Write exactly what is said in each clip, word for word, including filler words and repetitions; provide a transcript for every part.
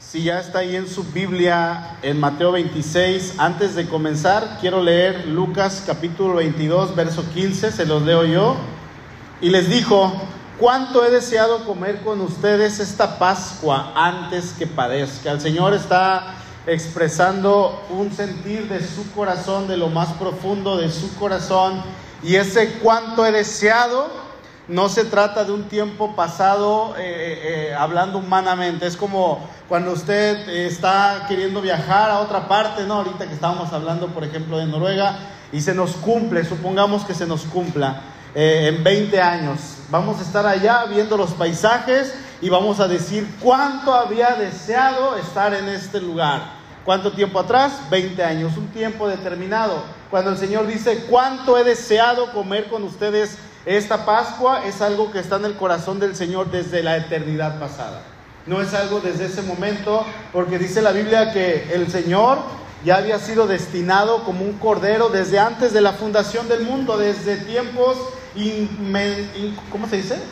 Si ya está ahí en su Biblia, en Mateo veintiséis, antes de comenzar, quiero leer Lucas capítulo veintidós, verso quince, se los leo yo. Y les dijo: cuánto he deseado comer con ustedes esta Pascua antes que padezca. El Señor está expresando un sentir de su corazón, de lo más profundo de su corazón. Y ese cuánto he deseado no se trata de un tiempo pasado eh, eh, hablando humanamente. Es como cuando usted eh, está queriendo viajar a otra parte, ¿no? Ahorita que estábamos hablando, por ejemplo, de Noruega, y se nos cumple, supongamos que se nos cumpla eh, en veinte años. Vamos a estar allá viendo los paisajes y vamos a decir cuánto había deseado estar en este lugar. ¿Cuánto tiempo atrás? veinte años, un tiempo determinado. Cuando el Señor dice cuánto he deseado comer con ustedes esta Pascua, es algo que está en el corazón del Señor desde la eternidad pasada. No es algo desde ese momento, porque dice la Biblia que el Señor ya había sido destinado como un cordero desde antes de la fundación del mundo, desde tiempos inme, in, ¿cómo se dice?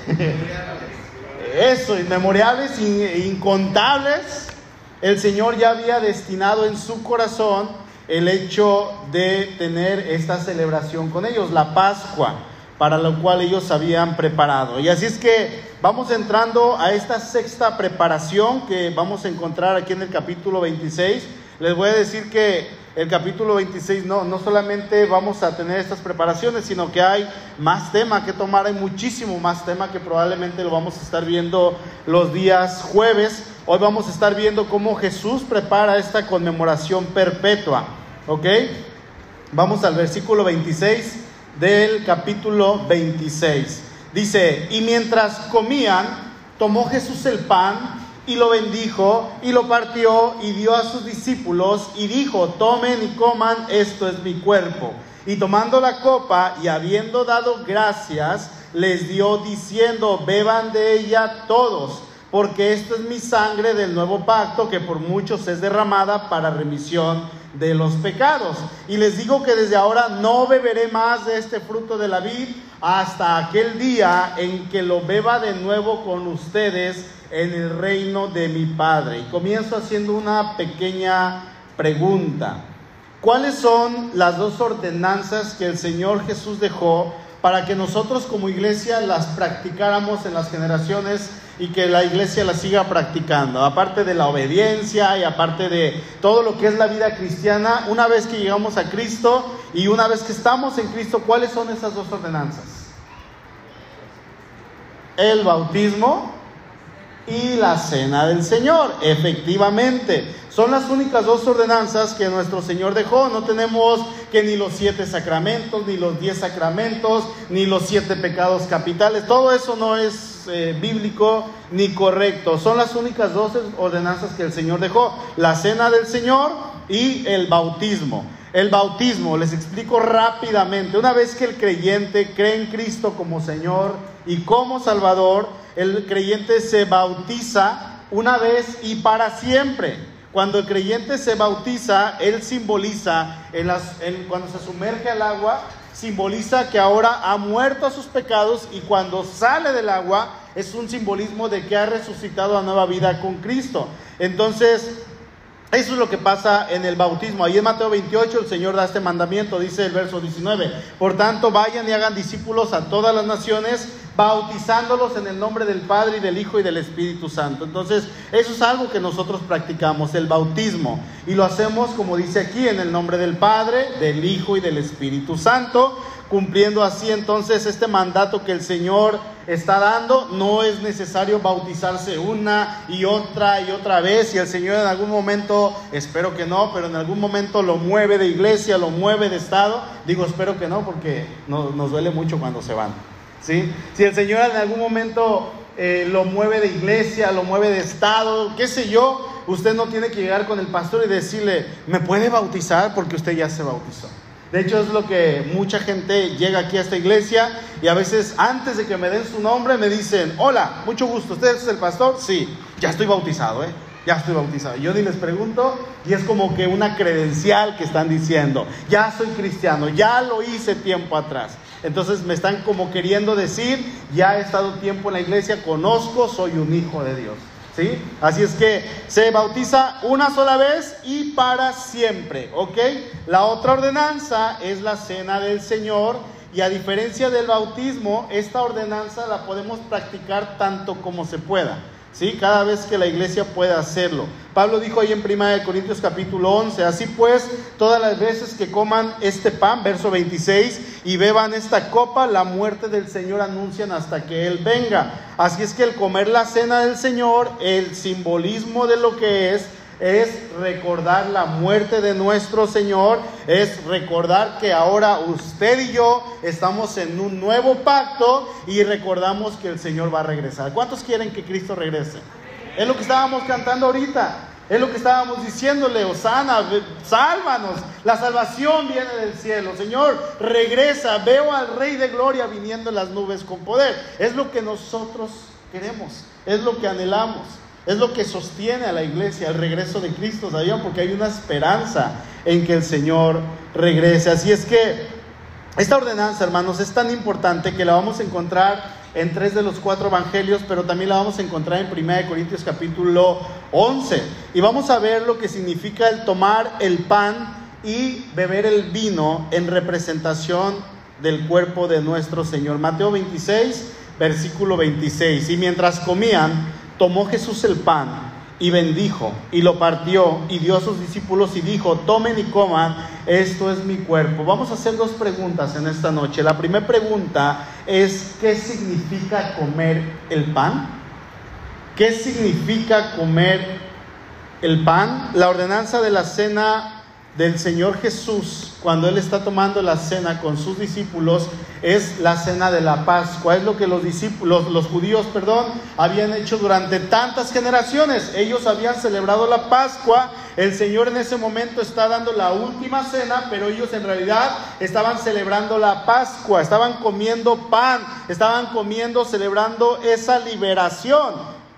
Eso, inmemorables, in, incontables. El Señor ya había destinado en su corazón el hecho de tener esta celebración con ellos, la Pascua, para lo cual ellos habían preparado. Y así es que vamos entrando a esta sexta preparación que vamos a encontrar aquí en el capítulo veintiséis. Les voy a decir que el capítulo veintiséis no, no solamente vamos a tener estas preparaciones, sino que hay más tema que tomar, hay muchísimo más tema que probablemente lo vamos a estar viendo los días jueves. Hoy vamos a estar viendo cómo Jesús prepara esta conmemoración perpetua, ¿ok? Vamos al versículo veintiséis del capítulo veintiséis. Dice: y mientras comían, tomó Jesús el pan y lo bendijo y lo partió y dio a sus discípulos y dijo: tomen y coman, esto es mi cuerpo. Y tomando la copa y habiendo dado gracias, les dio diciendo: beban de ella todos, porque esto es mi sangre del nuevo pacto, que por muchos es derramada para remisión de los pecados. Y les digo que desde ahora no beberé más de este fruto de la vid hasta aquel día en que lo beba de nuevo con ustedes en el reino de mi Padre. Y comienzo haciendo una pequeña pregunta: ¿cuáles son las dos ordenanzas que el Señor Jesús dejó para que nosotros como iglesia las practicáramos en las generaciones y que la iglesia las siga practicando? Aparte de la obediencia y aparte de todo lo que es la vida cristiana, una vez que llegamos a Cristo y una vez que estamos en Cristo, ¿cuáles son esas dos ordenanzas? El bautismo y la cena del Señor. Efectivamente, son las únicas dos ordenanzas que nuestro Señor dejó. No tenemos que ni los siete sacramentos, ni los diez sacramentos, ni los siete pecados capitales. Todo eso no es eh, bíblico ni correcto. Son las únicas dos ordenanzas que el Señor dejó: la cena del Señor y el bautismo. El bautismo, les explico rápidamente. Una vez que el creyente cree en Cristo como Señor y como Salvador, el creyente se bautiza una vez y para siempre. Cuando el creyente se bautiza, él simboliza, en las, en, cuando se sumerge al agua, simboliza que ahora ha muerto a sus pecados, y cuando sale del agua es un simbolismo de que ha resucitado a nueva vida con Cristo. Entonces, eso es lo que pasa en el bautismo. Ahí en Mateo veintiocho el Señor da este mandamiento, dice el verso diecinueve: por tanto, vayan y hagan discípulos a todas las naciones, bautizándolos en el nombre del Padre y del Hijo y del Espíritu Santo. Entonces, eso es algo que nosotros practicamos, el bautismo, y lo hacemos, como dice aquí, en el nombre del Padre, del Hijo y del Espíritu Santo, cumpliendo así entonces este mandato que el Señor está dando. No es necesario bautizarse una y otra y otra vez. Si el Señor en algún momento, espero que no, pero en algún momento lo mueve de iglesia, lo mueve de estado, digo espero que no, porque no, nos duele mucho cuando se van, ¿sí? Si el Señor en algún momento eh, lo mueve de iglesia, lo mueve de estado, qué sé yo, usted no tiene que llegar con el pastor y decirle: ¿me puede bautizar? Porque usted ya se bautizó. De hecho, es lo que mucha gente llega aquí a esta iglesia y a veces antes de que me den su nombre me dicen: hola, mucho gusto, ¿usted es el pastor? Sí, ya estoy bautizado, ¿eh? Ya estoy bautizado. Yo ni les pregunto y es como que una credencial que están diciendo: ya soy cristiano, ya lo hice tiempo atrás. Entonces me están como queriendo decir: ya he estado tiempo en la iglesia, conozco, soy un hijo de Dios. ¿sí? Así es que se bautiza una sola vez y para siempre, ¿ok? La otra ordenanza es la cena del Señor, y a diferencia del bautismo, esta ordenanza la podemos practicar tanto como se pueda, ¿sí? Cada vez que la iglesia pueda hacerlo. Pablo dijo ahí en primera de Corintios capítulo once, así pues, todas las veces que coman este pan, verso veintiséis, y beban esta copa, la muerte del Señor anuncian hasta que Él venga. Así es que el comer la cena del Señor, el simbolismo de lo que es, es recordar la muerte de nuestro Señor, es recordar que ahora usted y yo estamos en un nuevo pacto y recordamos que el Señor va a regresar. ¿Cuántos quieren que Cristo regrese? Es lo que estábamos cantando ahorita, es lo que estábamos diciéndole: Hosana, sálvanos, la salvación viene del cielo. Señor, regresa, veo al Rey de Gloria viniendo en las nubes con poder. Es lo que nosotros queremos, es lo que anhelamos. Es lo que sostiene a la iglesia, el regreso de Cristo, ¿sabían? Porque hay una esperanza en que el Señor regrese. Así es que esta ordenanza, hermanos, es tan importante que la vamos a encontrar en tres de los cuatro evangelios, pero también la vamos a encontrar en primera de Corintios capítulo once. Y vamos a ver lo que significa el tomar el pan y beber el vino en representación del cuerpo de nuestro Señor. Mateo veintiséis, versículo veintiséis. Y mientras comían, tomó Jesús el pan y bendijo y lo partió y dio a sus discípulos y dijo: tomen y coman, esto es mi cuerpo. Vamos a hacer dos preguntas en esta noche. La primera pregunta es: ¿qué significa comer el pan? ¿Qué significa comer el pan? La ordenanza de la cena del Señor Jesús, cuando Él está tomando la cena con sus discípulos, es la cena de la Pascua. Es lo que los discípulos, los, los judíos, perdón, habían hecho durante tantas generaciones. Ellos habían celebrado la Pascua. El Señor en ese momento está dando la última cena, pero ellos en realidad estaban celebrando la Pascua, estaban comiendo pan, estaban comiendo, celebrando esa liberación.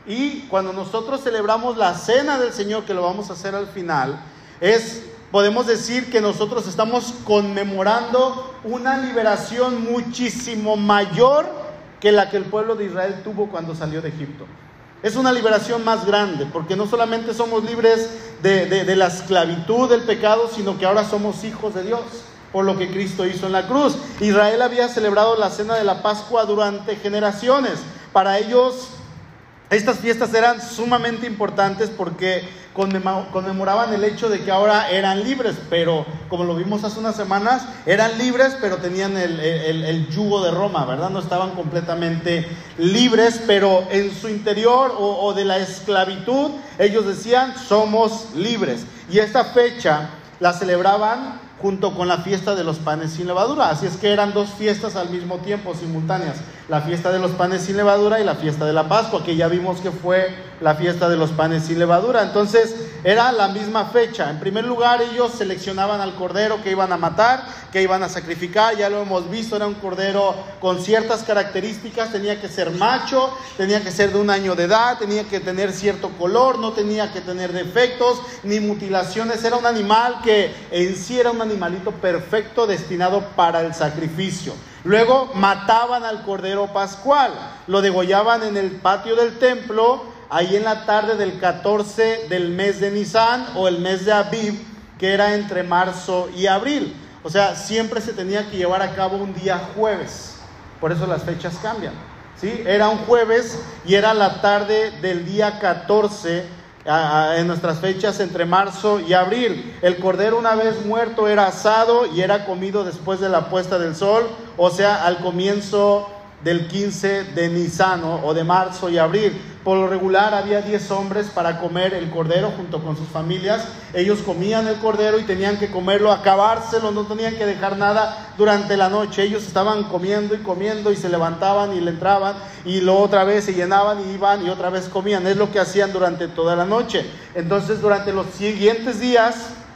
Y cuando nosotros celebramos la cena del Señor, que lo vamos a hacer al final, es... podemos decir que nosotros estamos conmemorando una liberación muchísimo mayor que la que el pueblo de Israel tuvo cuando salió de Egipto. Es una liberación más grande, porque no solamente somos libres de, de, de la esclavitud del pecado, sino que ahora somos hijos de Dios, por lo que Cristo hizo en la cruz. Israel había celebrado la cena de la Pascua durante generaciones. Para ellos, estas fiestas eran sumamente importantes porque conmemoraban el hecho de que ahora eran libres, pero como lo vimos hace unas semanas, eran libres pero tenían el, el, el yugo de Roma, ¿verdad? No estaban completamente libres, pero en su interior o, o de la esclavitud, ellos decían: somos libres. Y esta fecha la celebraban junto con la fiesta de los panes sin levadura. Así es que eran dos fiestas al mismo tiempo, simultáneas: la fiesta de los panes sin levadura y la fiesta de la Pascua, que ya vimos que fue la fiesta de los panes sin levadura. Entonces era la misma fecha. En primer lugar, ellos seleccionaban al cordero que iban a matar, que iban a sacrificar. Ya lo hemos visto, era un cordero con ciertas características. Tenía que ser macho, tenía que ser de un año de edad, tenía que tener cierto color, no tenía que tener defectos ni mutilaciones. Era un animal que en sí era un animalito perfecto, destinado para el sacrificio. Luego mataban al cordero pascual, lo degollaban en el patio del templo, ahí en la tarde del catorce del mes de Nisan o el mes de Aviv, que era entre marzo y abril. O sea, siempre se tenía que llevar a cabo un día jueves, por eso las fechas cambian, ¿sí? Era un jueves y era la tarde del día catorce en nuestras fechas entre marzo y abril. El cordero, una vez muerto, era asado y era comido después de la puesta del sol, o sea, al comienzo del quince de Nisan, ¿no? O de marzo y abril. Por lo regular había diez hombres para comer el cordero junto con sus familias. Ellos comían el cordero y tenían que comerlo, acabárselo, no tenían que dejar nada durante la noche. Ellos estaban comiendo y comiendo y se levantaban y le entraban y luego otra vez se llenaban y iban y otra vez comían. Es lo que hacían durante toda la noche. Entonces, durante los siguientes días,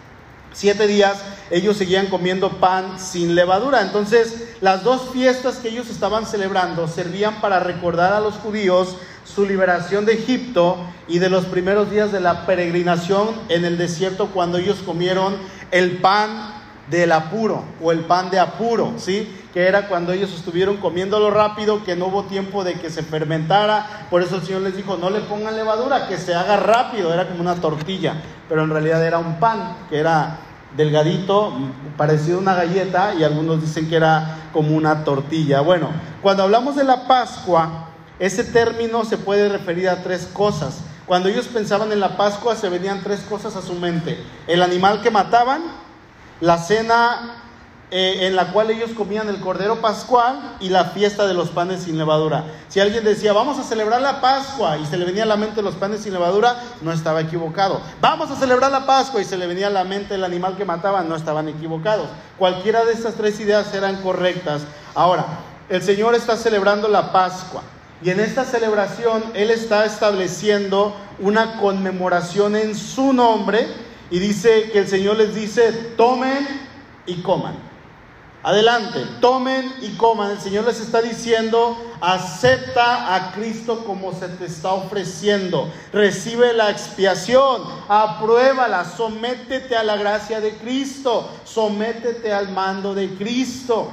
siete días, ellos seguían comiendo pan sin levadura. Entonces, las dos fiestas que ellos estaban celebrando servían para recordar a los judíos su liberación de Egipto y de los primeros días de la peregrinación en el desierto, cuando ellos comieron el pan del apuro o el pan de apuro, ¿sí? que era cuando ellos estuvieron comiéndolo rápido, que no hubo tiempo de que se fermentara. Por eso el Señor les dijo, no le pongan levadura, que se haga rápido. Era como una tortilla, pero en realidad era un pan, que era delgadito, parecido a una galleta, y algunos dicen que era como una tortilla. Bueno, cuando hablamos de la Pascua, ese término se puede referir a tres cosas. Cuando ellos pensaban en la Pascua, se venían tres cosas a su mente: el animal que mataban, la cena eh, en la cual ellos comían el cordero pascual, y la fiesta de los panes sin levadura. Si alguien decía, vamos a celebrar la Pascua, y se le venía a la mente los panes sin levadura, no estaba equivocado. Vamos a celebrar la Pascua, y se le venía a la mente el animal que mataban, no estaban equivocados. Cualquiera de estas tres ideas eran correctas. Ahora, el Señor está celebrando la Pascua, y en esta celebración Él está estableciendo una conmemoración en su nombre, y dice que el Señor les dice, tomen y coman. Adelante, tomen y coman. El Señor les está diciendo, acepta a Cristo como se te está ofreciendo. Recibe la expiación, apruébala, sométete a la gracia de Cristo, sométete al mando de Cristo.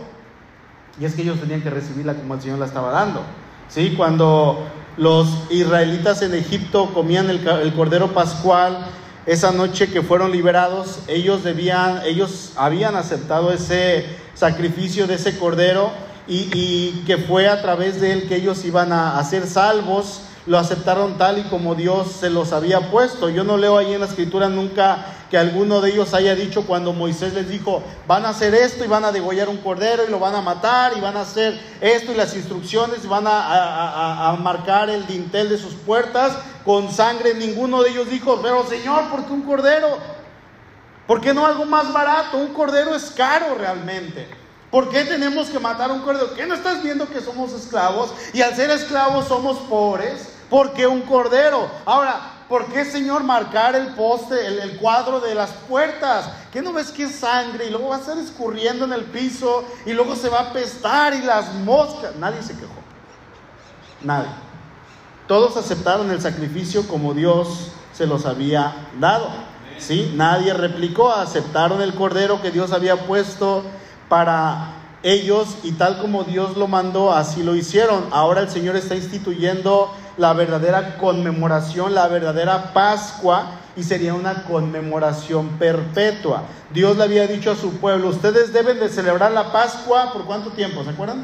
Y es que ellos tenían que recibirla como el Señor la estaba dando. ¿Sí? Cuando los israelitas en Egipto comían el, el cordero pascual, esa noche que fueron liberados, ellos debían, ellos habían aceptado ese sacrificio de ese cordero, y, y que fue a través de él que ellos iban a, a ser salvos. Lo aceptaron tal y como Dios se los había puesto. Yo no leo ahí en la escritura nunca que alguno de ellos haya dicho, cuando Moisés les dijo, van a hacer esto y van a degollar un cordero y lo van a matar, y van a hacer esto y las instrucciones, van a, a, a, a marcar el dintel de sus puertas con sangre. Ninguno de ellos dijo, pero Señor, ¿por qué un cordero? ¿Por qué no algo más barato? Un cordero es caro realmente. ¿Por qué tenemos que matar un cordero? ¿Qué no estás viendo que somos esclavos? Y al ser esclavos somos pobres. ¿Por qué un cordero? Ahora, ¿por qué, Señor, marcar el poste, el, el cuadro de las puertas? ¿Qué no ves que es sangre? Y luego va a estar escurriendo en el piso, y luego se va a apestar, y las moscas. Nadie se quejó. Nadie. Todos aceptaron el sacrificio como Dios se los había dado. ¿Sí? Nadie replicó. Aceptaron el cordero que Dios había puesto para ellos, y tal como Dios lo mandó, así lo hicieron. Ahora el Señor está instituyendo la verdadera conmemoración, la verdadera Pascua, y sería una conmemoración perpetua. Dios le había dicho a su pueblo, ustedes deben de celebrar la Pascua, ¿por cuánto tiempo? ¿Se acuerdan?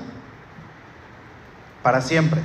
Para siempre,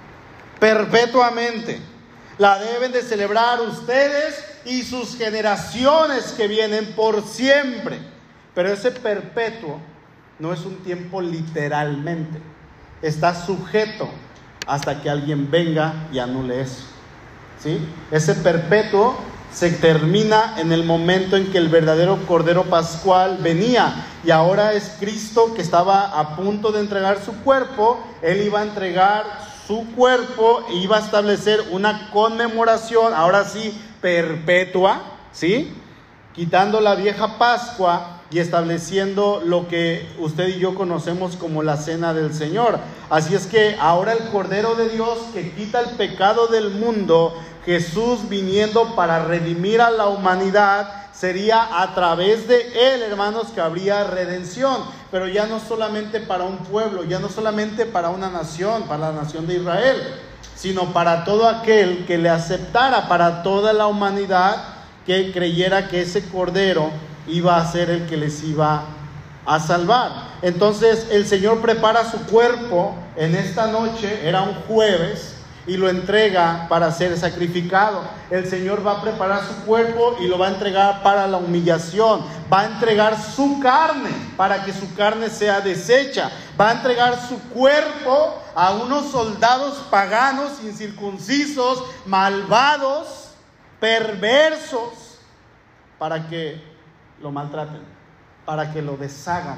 perpetuamente. La deben de celebrar ustedes y sus generaciones que vienen por siempre. Pero ese perpetuo no es un tiempo literalmente, está sujeto hasta que alguien venga y anule eso. ¿Sí? Ese perpetuo se termina en el momento en que el verdadero Cordero Pascual venía, y ahora es Cristo que estaba a punto de entregar su cuerpo. Él iba a entregar su cuerpo e iba a establecer una conmemoración, ahora sí, perpetua, ¿sí? Quitando la vieja Pascua y estableciendo lo que usted y yo conocemos como la Cena del Señor. Así es que ahora el Cordero de Dios que quita el pecado del mundo, Jesús viniendo para redimir a la humanidad, sería a través de Él, hermanos, que habría redención. Pero ya no solamente para un pueblo, ya no solamente para una nación, para la nación de Israel, sino para todo aquel que le aceptara, para toda la humanidad que creyera que ese Cordero iba a ser el que les iba a salvar. Entonces el Señor prepara su cuerpo en esta noche, era un jueves, y lo entrega para ser sacrificado. El Señor va a preparar su cuerpo y lo va a entregar para la humillación. Va a entregar su carne para que su carne sea deshecha. Va a entregar su cuerpo a unos soldados paganos, incircuncisos, malvados, perversos, para que lo maltraten, para que lo deshagan,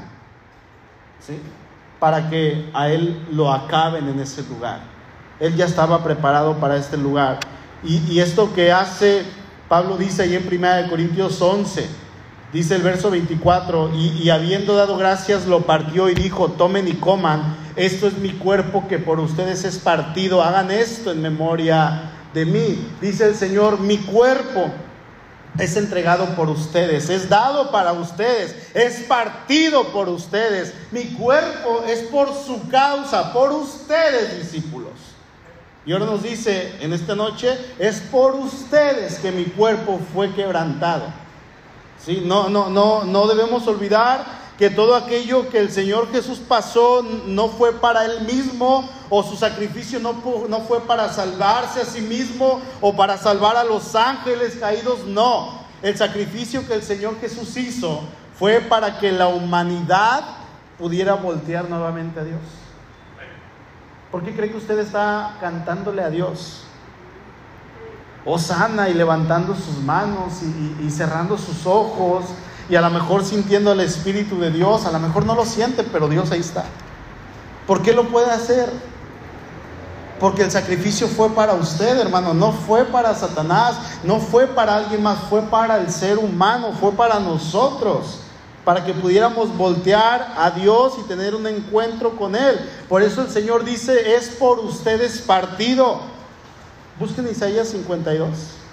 ¿sí? Para que a él lo acaben en ese lugar. Él ya estaba preparado para este lugar. Y, y esto que hace, Pablo dice ahí en primera de Corintios once, dice el verso veinticuatro, y, y habiendo dado gracias lo partió y dijo, tomen y coman, esto es mi cuerpo que por ustedes es partido, hagan esto en memoria de mí. Dice el Señor, mi cuerpo es entregado por ustedes, es dado para ustedes, es partido por ustedes. Mi cuerpo es por su causa, por ustedes, discípulos. Y ahora nos dice en esta noche, es por ustedes que mi cuerpo fue quebrantado. ¿Sí? No, no, no, no debemos olvidar que todo aquello que el Señor Jesús pasó no fue para Él mismo, o su sacrificio no, no fue para salvarse a sí mismo o para salvar a los ángeles caídos. No, el sacrificio que el Señor Jesús hizo fue para que la humanidad pudiera voltear nuevamente a Dios. ¿Por qué cree que usted está cantándole a Dios? Hosana, y levantando sus manos y, y cerrando sus ojos, y a lo mejor sintiendo el Espíritu de Dios. A lo mejor no lo siente, pero Dios ahí está. ¿Por qué lo puede hacer? Porque el sacrificio fue para usted, hermano. No fue para Satanás, no fue para alguien más, fue para el ser humano, fue para nosotros, para que pudiéramos voltear a Dios y tener un encuentro con Él. Por eso el Señor dice, es por ustedes partido. Busquen Isaías cincuenta y dos.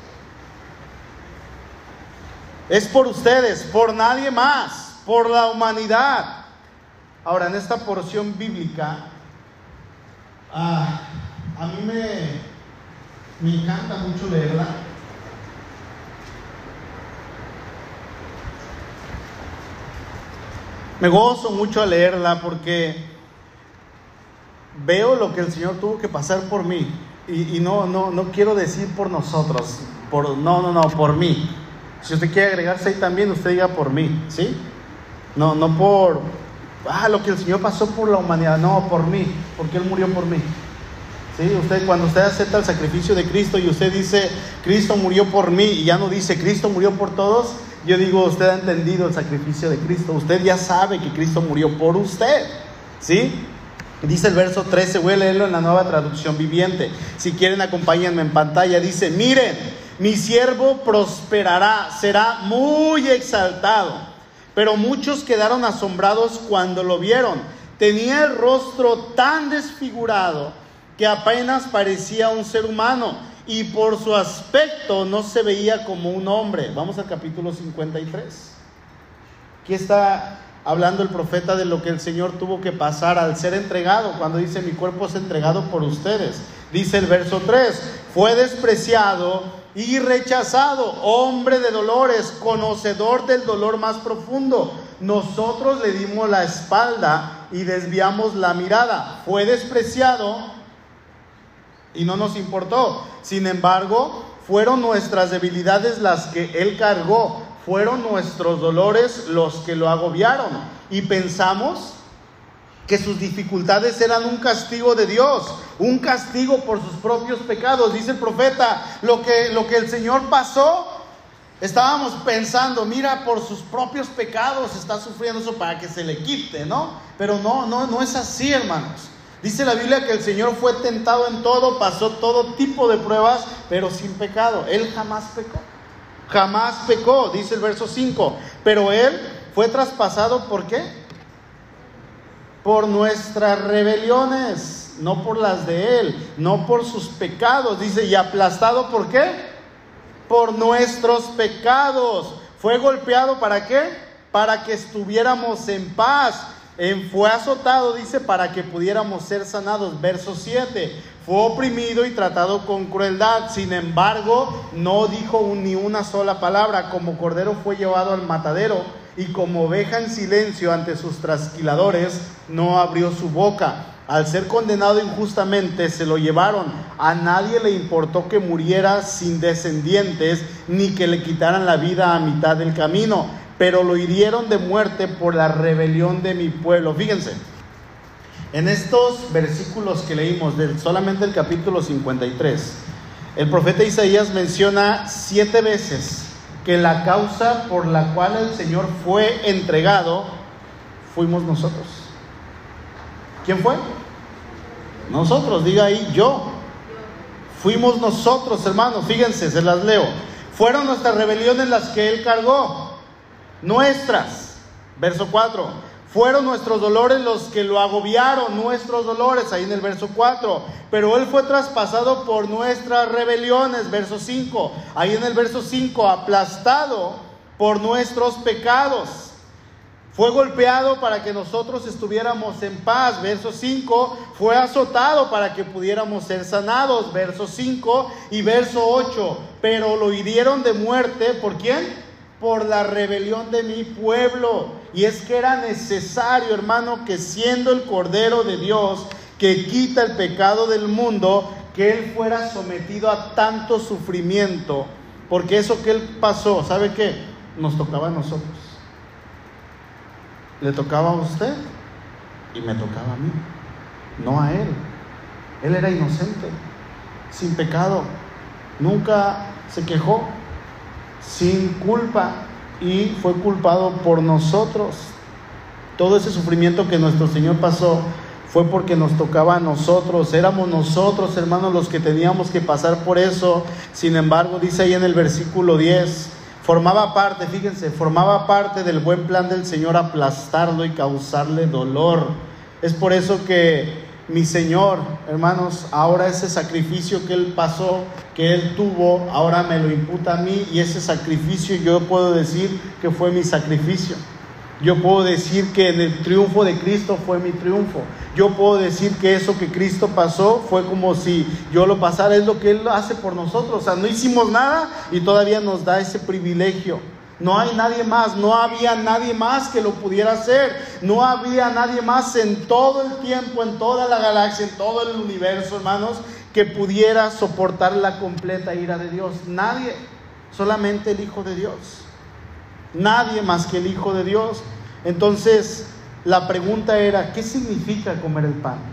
Es por ustedes, por nadie más, por la humanidad. Ahora, en esta porción bíblica, ah, a mí me, me encanta mucho leerla. Me gozo mucho al leerla porque veo lo que el Señor tuvo que pasar por mí. Y, y no, no, no quiero decir por nosotros, por, no, no, no, por mí. Si usted quiere agregarse ahí también, usted diga por mí, ¿sí? No, no por, ah, lo que el Señor pasó por la humanidad, no, por mí, porque Él murió por mí. ¿Sí? Usted, cuando usted acepta el sacrificio de Cristo y usted dice, Cristo murió por mí, y ya no dice, Cristo murió por todos, yo digo, usted ha entendido el sacrificio de Cristo, usted ya sabe que Cristo murió por usted, ¿sí? Dice el verso trece, voy a leerlo en la Nueva Traducción Viviente. Si quieren, acompáñenme en pantalla. Dice, miren, mi siervo prosperará, será muy exaltado. Pero muchos quedaron asombrados cuando lo vieron. Tenía el rostro tan desfigurado que apenas parecía un ser humano, y por su aspecto no se veía como un hombre. Vamos al capítulo cincuenta y tres. Aquí está hablando el profeta de lo que el Señor tuvo que pasar al ser entregado, cuando dice, mi cuerpo es entregado por ustedes. Dice el verso tres, fue despreciado y rechazado, hombre de dolores, conocedor del dolor más profundo. Nosotros le dimos la espalda y desviamos la mirada. Fue despreciado y no nos importó. Sin embargo, fueron nuestras debilidades las que Él cargó. Fueron nuestros dolores los que lo agobiaron. Y pensamos que sus dificultades eran un castigo de Dios, un castigo por sus propios pecados. Dice el profeta, lo que, lo que el Señor pasó, estábamos pensando, mira, por sus propios pecados está sufriendo eso para que se le quite, ¿no? Pero no, no, no es así, hermanos. Dice la Biblia que el Señor fue tentado en todo, pasó todo tipo de pruebas, pero sin pecado. Él jamás pecó. Jamás pecó, dice el verso cinco. Pero Él fue traspasado, ¿por qué? Por nuestras rebeliones, no por las de Él, no por sus pecados. Dice, y aplastado, ¿por qué? Por nuestros pecados. Fue golpeado, ¿para qué? Para que estuviéramos en paz. En, fue azotado, dice, para que pudiéramos ser sanados. Verso siete. Fue oprimido y tratado con crueldad, sin embargo no dijo un, ni una sola palabra. Como cordero fue llevado al matadero, y como oveja en silencio ante sus trasquiladores no abrió su boca. Al ser condenado injustamente se lo llevaron. A nadie le importó que muriera sin descendientes, ni que le quitaran la vida a mitad del camino, pero lo hirieron de muerte por la rebelión de mi pueblo. Fíjense, en estos versículos que leímos, del solamente el capítulo cincuenta y tres, el profeta Isaías menciona siete veces que la causa por la cual el Señor fue entregado fuimos nosotros. ¿Quién fue? Nosotros, diga ahí, yo. Fuimos nosotros, hermanos. Fíjense, se las leo. Fueron nuestras rebeliones las que Él cargó, nuestras. Verso cuatro. Fueron nuestros dolores los que lo agobiaron, nuestros dolores, ahí en el verso cuatro. Pero Él fue traspasado por nuestras rebeliones, verso cinco. Ahí en el verso cinco, aplastado por nuestros pecados. Fue golpeado para que nosotros estuviéramos en paz, verso cinco. Fue azotado para que pudiéramos ser sanados, verso cinco y verso ocho. Pero lo hirieron de muerte, ¿por quién? Por la rebelión de mi pueblo. Y es que era necesario, hermano, que siendo el Cordero de Dios que quita el pecado del mundo, que Él fuera sometido a tanto sufrimiento. Porque eso que Él pasó, ¿sabe qué? Nos tocaba a nosotros. Le tocaba a usted y me tocaba a mí, no a Él. Él era inocente, sin pecado, nunca se quejó, sin culpa, y fue culpado por nosotros. Todo ese sufrimiento que nuestro Señor pasó fue porque nos tocaba a nosotros. Éramos nosotros, hermanos, los que teníamos que pasar por eso. Sin embargo, dice ahí en el versículo diez, formaba parte, fíjense, formaba parte del buen plan del Señor aplastarlo y causarle dolor. Es por eso que mi Señor, hermanos, ahora ese sacrificio que Él pasó, que Él tuvo, ahora me lo imputa a mí, y ese sacrificio yo puedo decir que fue mi sacrificio. Yo puedo decir que en el triunfo de Cristo fue mi triunfo. Yo puedo decir que eso que Cristo pasó fue como si yo lo pasara. Es lo que Él hace por nosotros. O sea, no hicimos nada y todavía nos da ese privilegio. No hay nadie más, no había nadie más que lo pudiera hacer. No había nadie más en todo el tiempo, en toda la galaxia, en todo el universo, hermanos, que pudiera soportar la completa ira de Dios. Nadie, solamente el Hijo de Dios. Nadie más que el Hijo de Dios. Entonces, la pregunta era, ¿qué significa comer el pan?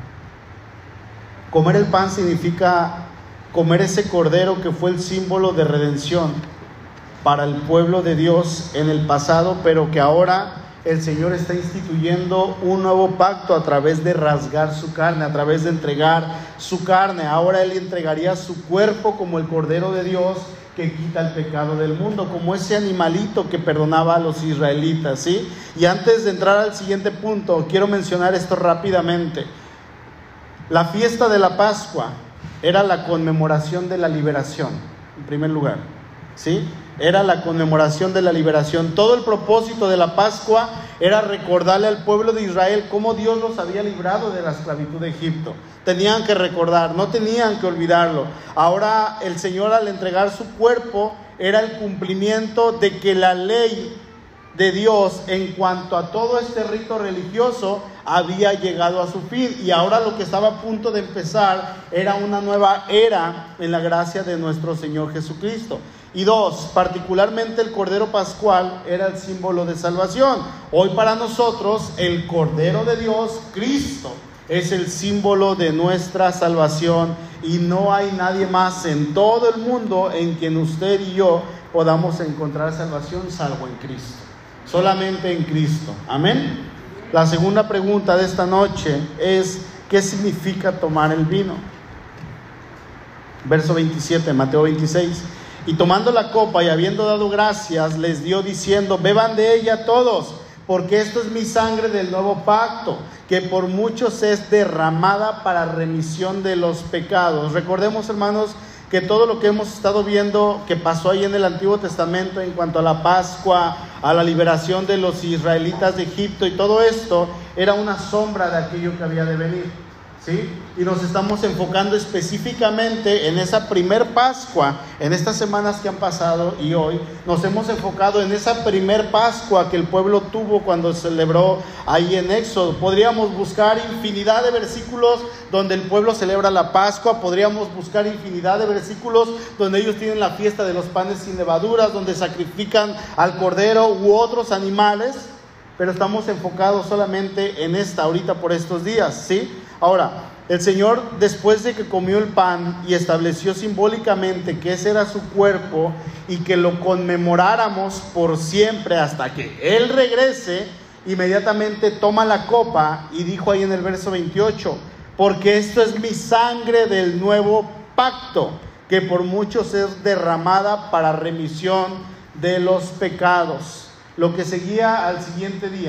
Comer el pan significa comer ese cordero que fue el símbolo de redención para el pueblo de Dios en el pasado, pero que ahora el Señor está instituyendo un nuevo pacto a través de rasgar su carne, a través de entregar su carne. Ahora Él entregaría su cuerpo como el Cordero de Dios que quita el pecado del mundo, como ese animalito que perdonaba a los israelitas, ¿sí? Y antes de entrar al siguiente punto, quiero mencionar esto rápidamente. La fiesta de la Pascua era la conmemoración de la liberación, en primer lugar, ¿sí? Era la conmemoración de la liberación. Todo el propósito de la Pascua era recordarle al pueblo de Israel cómo Dios los había librado de la esclavitud de Egipto. Tenían que recordar, no tenían que olvidarlo. Ahora el Señor, al entregar su cuerpo, era el cumplimiento de que la ley de Dios en cuanto a todo este rito religioso había llegado a su fin, y ahora lo que estaba a punto de empezar era una nueva era en la gracia de nuestro Señor Jesucristo. Y dos, particularmente el Cordero Pascual era el símbolo de salvación. Hoy para nosotros el Cordero de Dios, Cristo, es el símbolo de nuestra salvación, y no hay nadie más en todo el mundo en quien usted y yo podamos encontrar salvación salvo en Cristo. Solamente en Cristo. Amén. La segunda pregunta de esta noche es: ¿qué significa tomar el vino? Verso veintisiete, Mateo veintiséis. Y tomando la copa y habiendo dado gracias, les dio diciendo: beban de ella todos, porque esto es mi sangre del nuevo pacto, que por muchos es derramada para remisión de los pecados. Recordemos, hermanos, que todo lo que hemos estado viendo que pasó ahí en el Antiguo Testamento en cuanto a la Pascua, a la liberación de los israelitas de Egipto, y todo esto era una sombra de aquello que había de venir, ¿sí? Y nos estamos enfocando específicamente en esa primer Pascua. En estas semanas que han pasado y hoy nos hemos enfocado en esa primer Pascua que el pueblo tuvo cuando celebró ahí en Éxodo. Podríamos buscar infinidad de versículos donde el pueblo celebra la Pascua. Podríamos buscar infinidad de versículos donde ellos tienen la fiesta de los panes sin levaduras, donde sacrifican al cordero u otros animales, pero estamos enfocados solamente en esta ahorita por estos días, ¿sí? Ahora, el Señor, después de que comió el pan y estableció simbólicamente que ese era su cuerpo y que lo conmemoráramos por siempre hasta que Él regrese, inmediatamente toma la copa y dijo ahí en el verso veintiocho: porque esto es mi sangre del nuevo pacto, que por muchos es derramada para remisión de los pecados. Lo que seguía al siguiente día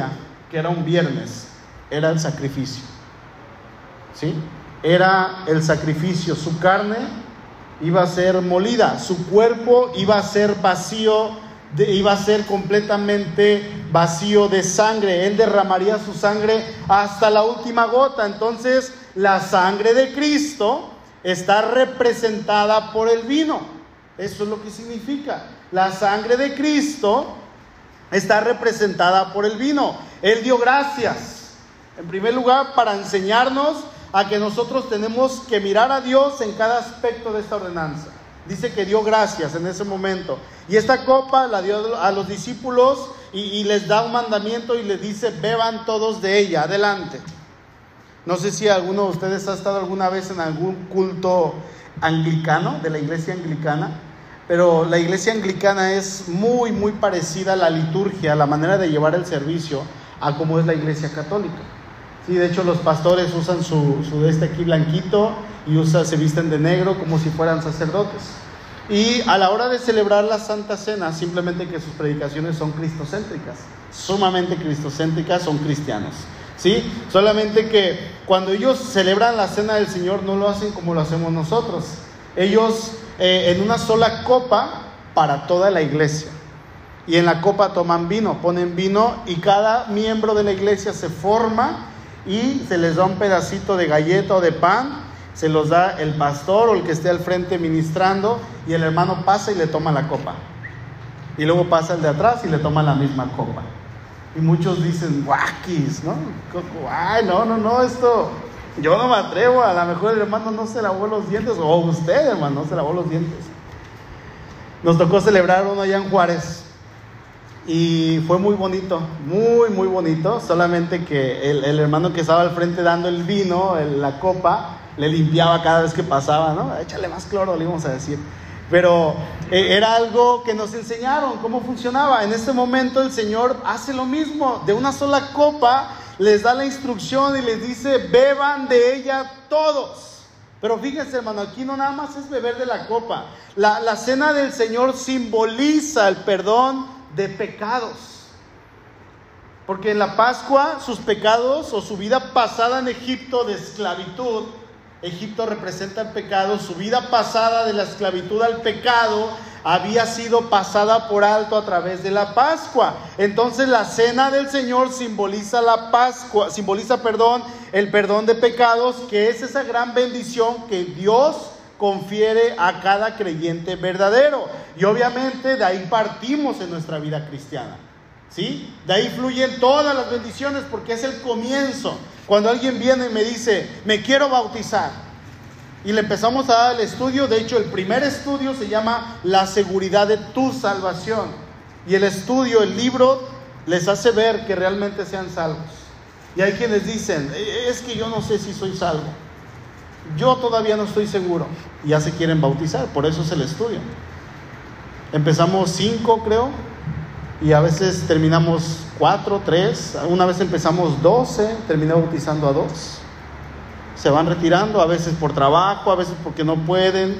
que era un viernes, era el sacrificio. ¿Sí? Era el sacrificio. Su carne iba a ser molida, su cuerpo iba a ser vacío, de, iba a ser completamente vacío de sangre. Él derramaría su sangre hasta la última gota. Entonces, la sangre de Cristo está representada por el vino. Eso es lo que significa. La sangre de Cristo está representada por el vino. Él dio gracias, en primer lugar, para enseñarnos a que nosotros tenemos que mirar a Dios en cada aspecto de esta ordenanza. Dice que dio gracias en ese momento. Y esta copa la dio a los discípulos y, y les da un mandamiento y les dice: beban todos de ella. Adelante. No sé si alguno de ustedes ha estado alguna vez en algún culto anglicano, de la iglesia anglicana, pero la iglesia anglicana es muy, muy parecida a la liturgia, a la manera de llevar el servicio, a como es la iglesia católica. Sí, de hecho los pastores usan su, su este aquí blanquito y usa, se visten de negro como si fueran sacerdotes. Y a la hora de celebrar la Santa Cena, simplemente que sus predicaciones son cristocéntricas, sumamente cristocéntricas, son cristianos. ¿Sí? Solamente que cuando ellos celebran la Cena del Señor no lo hacen como lo hacemos nosotros. Ellos eh, en una sola copa para toda la iglesia. Y en la copa toman vino, ponen vino y cada miembro de la iglesia se forma y se les da un pedacito de galleta o de pan, se los da el pastor o el que esté al frente ministrando y el hermano pasa y le toma la copa. Y luego pasa el de atrás y le toma la misma copa. Y muchos dicen, guaquis, ¿no? Ay, no, no, no, esto, yo no me atrevo, a lo mejor el hermano no se lavó los dientes, o usted, hermano, no se lavó los dientes. Nos tocó celebrar uno allá en Juárez, y fue muy bonito, muy, muy bonito, solamente que el, el hermano que estaba al frente dando el vino, el, la copa, le limpiaba cada vez que pasaba, ¿no? Échale más cloro, le íbamos a decir. Pero eh, era algo que nos enseñaron cómo funcionaba. En este momento el Señor hace lo mismo. De una sola copa les da la instrucción y les dice: beban de ella todos. Pero fíjense, hermano, aquí no nada más es beber de la copa. La, la cena del Señor simboliza el perdón de pecados. Porque en la Pascua sus pecados o su vida pasada en Egipto de esclavitud, Egipto representa el pecado, su vida pasada de la esclavitud al pecado había sido pasada por alto a través de la Pascua. Entonces la cena del Señor simboliza la Pascua, simboliza, perdón, el perdón de pecados, que es esa gran bendición que Dios confiere a cada creyente verdadero. Y obviamente de ahí partimos en nuestra vida cristiana. ¿Sí? De ahí fluyen todas las bendiciones porque es el comienzo. Cuando alguien viene y me dice: me quiero bautizar, y le empezamos a dar el estudio, de hecho el primer estudio se llama La seguridad de tu salvación, y el estudio, el libro, les hace ver que realmente sean salvos. Y hay quienes dicen: es que yo no sé si soy salvo, yo todavía no estoy seguro, y ya se quieren bautizar. Por eso es el estudio. Empezamos cinco, creo, y a veces terminamos cuatro, tres, una vez empezamos doce, terminé bautizando a dos. Se van retirando, a veces por trabajo, a veces porque no pueden.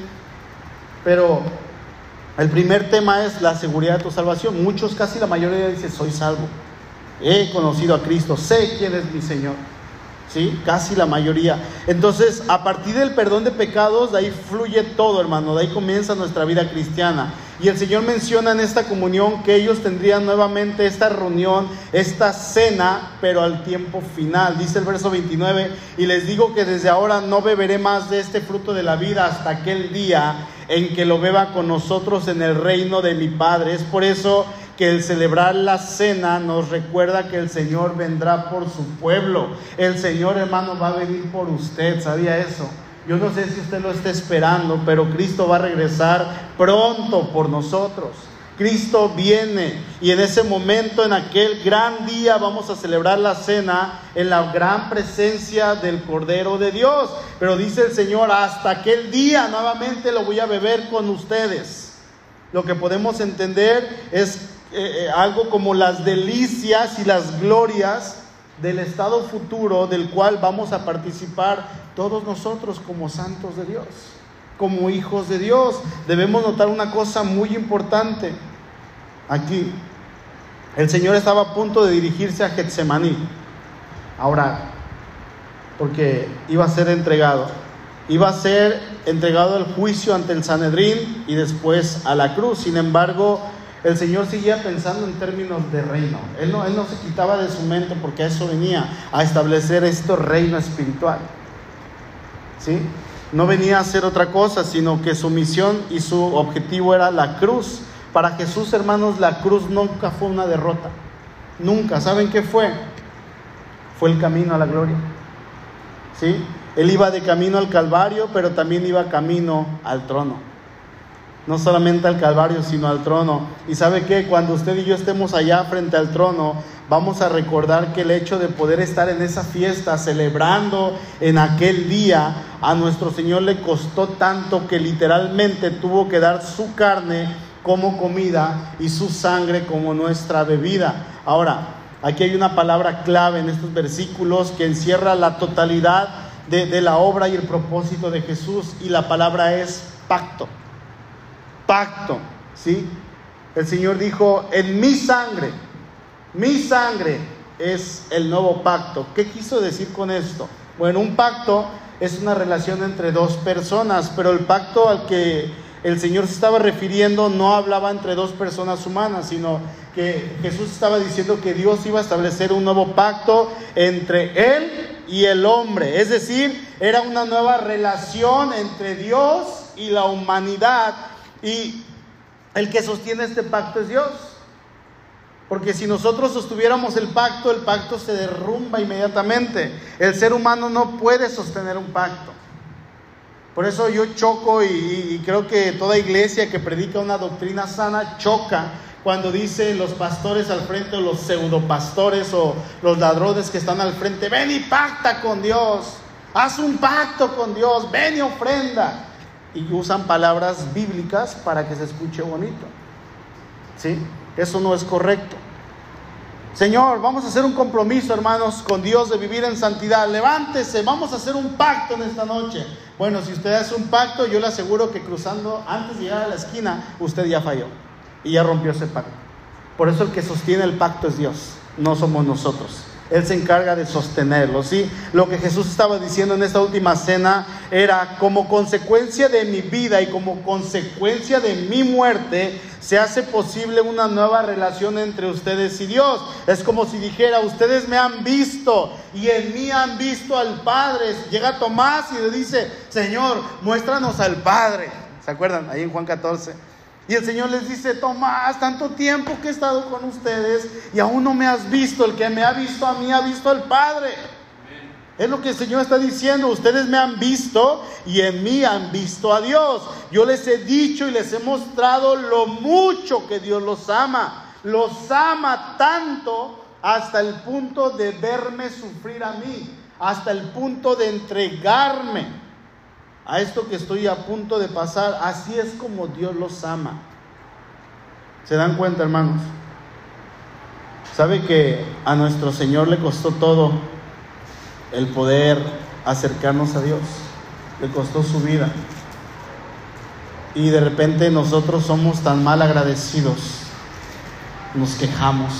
Pero el primer tema es la seguridad de tu salvación. Muchos, casi la mayoría, dicen: soy salvo, he conocido a Cristo, sé quién es mi Señor. ¿Sí? Casi la mayoría. Entonces, a partir del perdón de pecados, de ahí fluye todo, hermano. De ahí comienza nuestra vida cristiana. Y el Señor menciona en esta comunión que ellos tendrían nuevamente esta reunión, esta cena, pero al tiempo final. Dice el verso veintinueve: y les digo que desde ahora no beberé más de este fruto de la vida hasta aquel día en que lo beba con nosotros en el reino de mi Padre. Es por eso que el celebrar la cena nos recuerda que el Señor vendrá por su pueblo. El Señor, hermano, va a venir por usted. ¿Sabía eso? Yo no sé si usted lo está esperando, pero Cristo va a regresar pronto por nosotros. Cristo viene, y en ese momento, en aquel gran día, vamos a celebrar la cena en la gran presencia del Cordero de Dios. Pero dice el Señor: hasta aquel día nuevamente lo voy a beber con ustedes. Lo que podemos entender es eh, algo como las delicias y las glorias del estado futuro del cual vamos a participar todos nosotros como santos de Dios, como hijos de Dios. Debemos notar una cosa muy importante aquí. el Señor estaba a punto de dirigirse a Getsemaní a orar, porque iba a ser entregado. Iba a ser entregado al juicio ante el Sanedrín y después a la cruz. Sin embargo, el Señor seguía pensando en términos de reino. Él no, él no se quitaba de su mente, porque a eso venía, a establecer este reino espiritual. ¿Sí? No venía a hacer otra cosa, sino que su misión y su objetivo era la cruz. Para Jesús, hermanos, la cruz nunca fue una derrota. Nunca. ¿Saben qué fue? Fue el camino a la gloria. ¿Sí? Él iba de camino al Calvario, pero también iba camino al trono. No solamente al Calvario, sino al trono. Y ¿sabe qué? Cuando usted y yo estemos allá frente al trono, vamos a recordar que el hecho de poder estar en esa fiesta, celebrando en aquel día, a nuestro Señor le costó tanto que literalmente tuvo que dar su carne como comida y su sangre como nuestra bebida. Ahora, aquí hay una palabra clave en estos versículos que encierra la totalidad de, de la obra y el propósito de Jesús, y la palabra es pacto. Pacto, ¿sí? El Señor dijo: en mi sangre, mi sangre es el nuevo pacto. ¿Qué quiso decir con esto? Bueno, un pacto es una relación entre dos personas, pero el pacto al que el Señor se estaba refiriendo no hablaba entre dos personas humanas, sino que Jesús estaba diciendo que Dios iba a establecer un nuevo pacto entre Él y el hombre. Es decir, era una nueva relación entre Dios y la humanidad, y el que sostiene este pacto es Dios. Porque si nosotros sostuviéramos el pacto, el pacto se derrumba inmediatamente. El ser humano no puede sostener un pacto. Por eso yo choco, y, y creo que toda iglesia que predica una doctrina sana choca cuando dicen los pastores al frente, o los pseudopastores, o los ladrones que están al frente: ven y pacta con Dios, haz un pacto con Dios, ven y ofrenda. Y usan palabras bíblicas para que se escuche bonito. ¿Sí? Eso no es correcto. Señor, vamos a hacer un compromiso, hermanos, con Dios de vivir en santidad. Levántese, vamos a hacer un pacto en esta noche. Bueno, si usted hace un pacto, yo le aseguro que cruzando, antes de llegar a la esquina, usted ya falló y ya rompió ese pacto. Por eso el que sostiene el pacto es Dios, no somos nosotros. Él se encarga de sostenerlo, ¿sí? Lo que Jesús estaba diciendo en esta última cena era: como consecuencia de mi vida y como consecuencia de mi muerte, se hace posible una nueva relación entre ustedes y Dios. Es como si dijera: ustedes me han visto y en mí han visto al Padre. Llega Tomás y le dice: Señor, muéstranos al Padre. ¿Se acuerdan? Ahí en Juan catorce. Y el Señor les dice: Tomás, tanto tiempo que he estado con ustedes y aún no me has visto. El que me ha visto a mí ha visto al Padre. Amén. Es lo que el Señor está diciendo: ustedes me han visto y en mí han visto a Dios. Yo les he dicho y les he mostrado lo mucho que Dios los ama. Los ama tanto hasta el punto de verme sufrir a mí, hasta el punto de entregarme a esto que estoy a punto de pasar. Así es como Dios los ama. ¿Se dan cuenta, hermanos? ¿Sabe que a nuestro Señor le costó todo el poder acercarnos a Dios? Le costó su vida. Y de repente nosotros somos tan mal agradecidos, nos quejamos,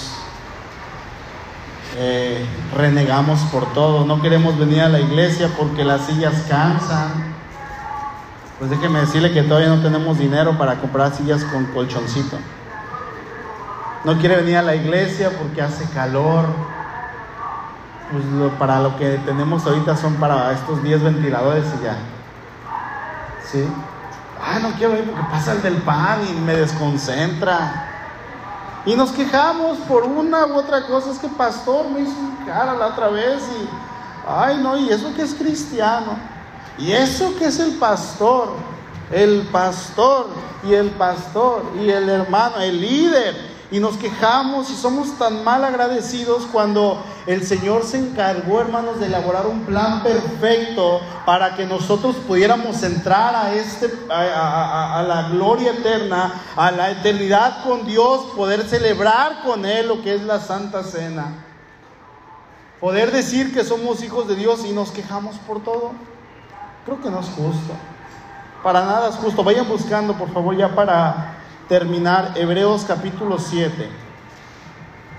eh, renegamos por todo, no queremos venir a la iglesia porque las sillas cansan. Pues déjeme decirle que todavía no tenemos dinero para comprar sillas con colchoncito. No quiere venir a la iglesia porque hace calor. Pues lo, para lo que tenemos ahorita son para estos diez ventiladores y ya. ¿Sí? Ah, no quiero ir porque pasa el del pan y me desconcentra. Y nos quejamos por una u otra cosa. Es que pastor me hizo un cara la otra vez y... ay, no, y eso que es cristiano. Y eso que es el pastor, el pastor y el pastor y el hermano, el líder. Y nos quejamos y somos tan mal agradecidos cuando el Señor se encargó, hermanos, de elaborar un plan perfecto para que nosotros pudiéramos entrar a, este, a, a, a la gloria eterna, a la eternidad con Dios, poder celebrar con Él lo que es la Santa Cena. Poder decir que somos hijos de Dios y nos quejamos por todo. Creo que no es justo. Para nada es justo. Vayan buscando, por favor, ya para terminar, Hebreos capítulo siete.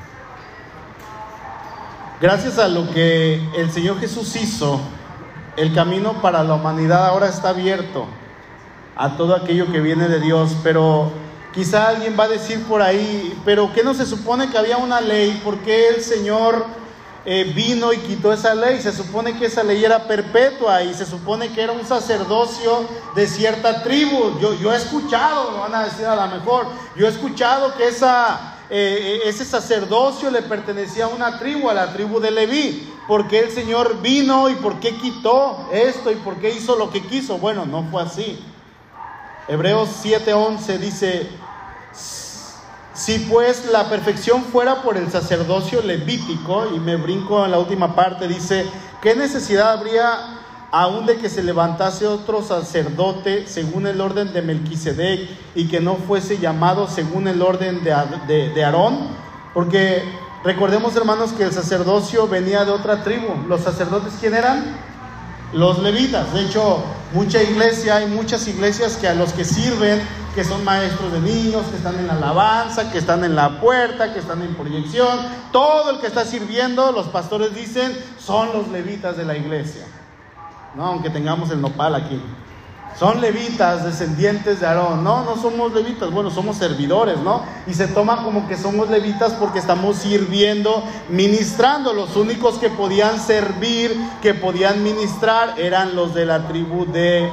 Gracias a lo que el Señor Jesús hizo, el camino para la humanidad ahora está abierto a todo aquello que viene de Dios. Pero quizá alguien va a decir por ahí, pero ¿qué no se supone que había una ley? ¿Por qué el Señor eh, vino y quitó esa ley? Se supone que esa ley era perpetua y se supone que era un sacerdocio de cierta tribu. Yo, yo he escuchado, me van a decir a lo mejor, yo he escuchado que esa... Eh, ese sacerdocio le pertenecía a una tribu, a la tribu de Leví. ¿Por qué el Señor vino y por qué quitó esto y por qué hizo lo que quiso? Bueno, no fue así. Hebreos siete once dice: si pues la perfección fuera por el sacerdocio levítico, y me brinco en la última parte, dice: ¿qué necesidad habría aún de que se levantase otro sacerdote según el orden de Melquisedec y que no fuese llamado según el orden de, de, de Aarón? Porque recordemos, hermanos, que el sacerdocio venía de otra tribu. ¿Los sacerdotes quién eran? Los levitas. De hecho, mucha iglesia, hay muchas iglesias que a los que sirven, que son maestros de niños, que están en la alabanza, que están en la puerta, que están en proyección, todo el que está sirviendo, los pastores dicen, son los levitas de la iglesia. No, aunque tengamos el nopal aquí, son levitas, descendientes de Aarón. No, no somos levitas, bueno, somos servidores, ¿no? Y se toma como que somos levitas porque estamos sirviendo, ministrando. Los únicos que podían servir, que podían ministrar, eran los de la tribu de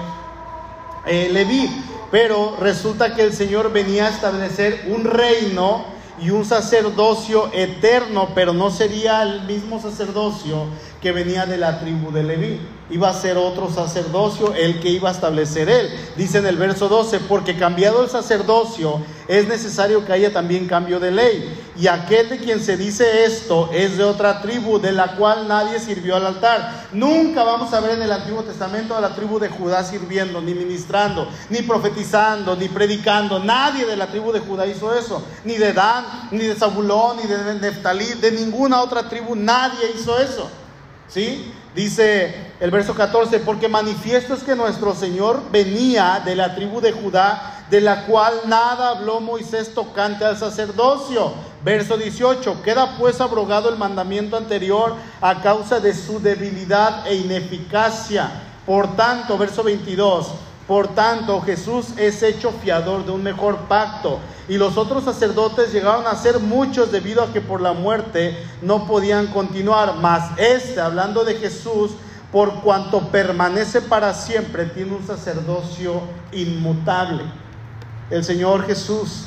eh, Leví. Pero resulta que el Señor venía a establecer un reino y un sacerdocio eterno, pero no sería el mismo sacerdocio que venía de la tribu de Leví. Iba a ser otro sacerdocio el que iba a establecer él. Dice en el verso doce: porque cambiado el sacerdocio es necesario que haya también cambio de ley. Y aquel de quien se dice esto es de otra tribu, de la cual nadie sirvió al altar. Nunca vamos a ver en el Antiguo Testamento a la tribu de Judá sirviendo, ni ministrando, ni profetizando, ni predicando. Nadie de la tribu de Judá hizo eso. Ni de Dan, ni de Zabulón, ni de Neftalí, de ninguna otra tribu. Nadie hizo eso. ¿Sí? Dice el verso catorce: porque manifiesto es que nuestro Señor venía de la tribu de Judá, de la cual nada habló Moisés tocante al sacerdocio. Verso dieciocho: queda pues abrogado el mandamiento anterior a causa de su debilidad e ineficacia. Por tanto, verso veintidós: por tanto, Jesús es hecho fiador de un mejor pacto. Y los otros sacerdotes llegaron a ser muchos debido a que por la muerte no podían continuar. Mas este, hablando de Jesús, por cuanto permanece para siempre, tiene un sacerdocio inmutable. El Señor Jesús